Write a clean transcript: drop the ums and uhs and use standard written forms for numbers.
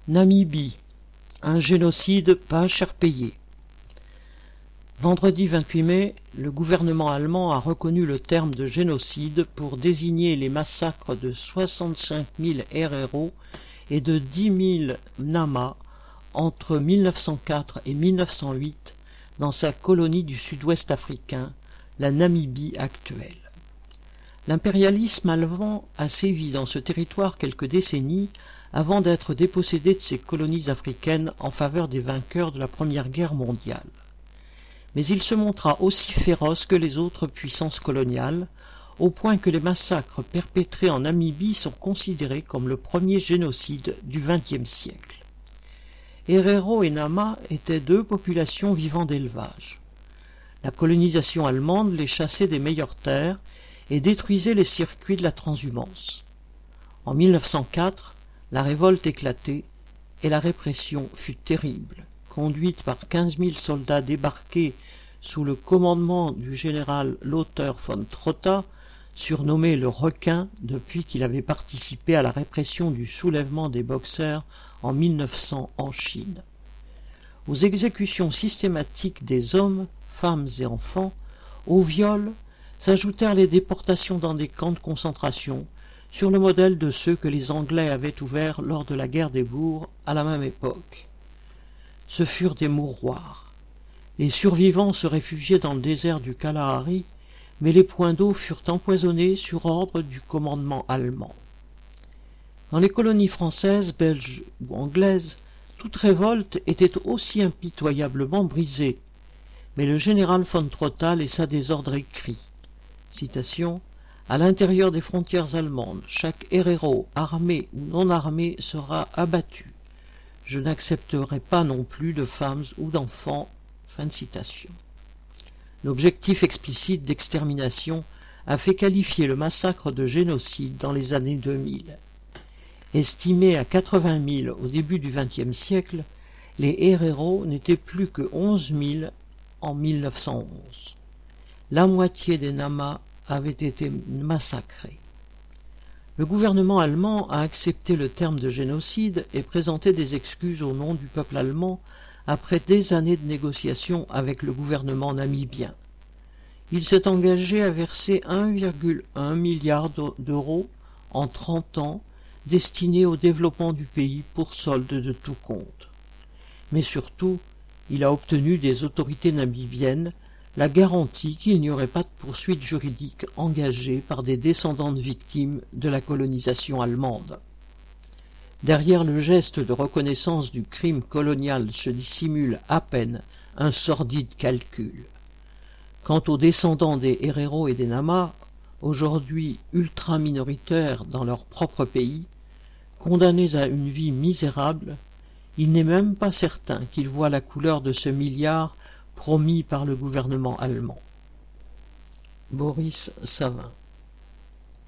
Namibie, un génocide pas cher payé. Vendredi 28 mai, le gouvernement allemand a reconnu le terme de génocide pour désigner les massacres de 65 000 héréros et de 10 000 Nama entre 1904 et 1908 dans sa colonie du sud-ouest africain, la Namibie actuelle. L'impérialisme allemand a sévi dans ce territoire quelques décennies avant d'être dépossédé de ses colonies africaines en faveur des vainqueurs de la Première Guerre mondiale. Mais il se montra aussi féroce que les autres puissances coloniales, au point que les massacres perpétrés en Namibie sont considérés comme le premier génocide du XXe siècle. Herero et Nama étaient deux populations vivant d'élevage. La colonisation allemande les chassait des meilleures terres et détruisait les circuits de la transhumance. En 1904, la révolte éclatait et la répression fut terrible, conduite par 15 000 soldats débarqués sous le commandement du général Lothar von Trotha, surnommé le Requin depuis qu'il avait participé à la répression du soulèvement des Boxers en 1900 en Chine. Aux exécutions systématiques des hommes, femmes et enfants, aux viols, s'ajoutèrent les déportations dans des camps de concentration, sur le modèle de ceux que les Anglais avaient ouverts lors de la guerre des Boers à la même époque. Ce furent des mouroirs. Les survivants se réfugiaient dans le désert du Kalahari, mais les points d'eau furent empoisonnés sur ordre du commandement allemand. Dans les colonies françaises, belges ou anglaises, toute révolte était aussi impitoyablement brisée, mais le général von Trotha laissa des ordres écrits. Citation: « À l'intérieur des frontières allemandes, chaque héréro, armé ou non armé, sera abattu. Je n'accepterai pas non plus de femmes ou d'enfants. » Fin de citation. L'objectif explicite d'extermination a fait qualifier le massacre de génocide dans les années 2000. Estimés à 80 000 au début du XXe siècle, les héréros n'étaient plus que 11 000 en 1911. La moitié des Nama avaient été massacrés. Le gouvernement allemand a accepté le terme de génocide et présenté des excuses au nom du peuple allemand après des années de négociations avec le gouvernement namibien. Il s'est engagé à verser 1,1 milliard d'euros en 30 ans destinés au développement du pays pour solde de tout compte. Mais surtout, il a obtenu des autorités namibiennes la garantie qu'il n'y aurait pas de poursuites juridiques engagées par des descendants de victimes de la colonisation allemande. Derrière le geste de reconnaissance du crime colonial se dissimule à peine un sordide calcul. Quant aux descendants des héréros et des Nama, aujourd'hui ultra-minoritaires dans leur propre pays, condamnés à une vie misérable, il n'est même pas certain qu'ils voient la couleur de ce milliard promis par le gouvernement allemand. Boris Savin.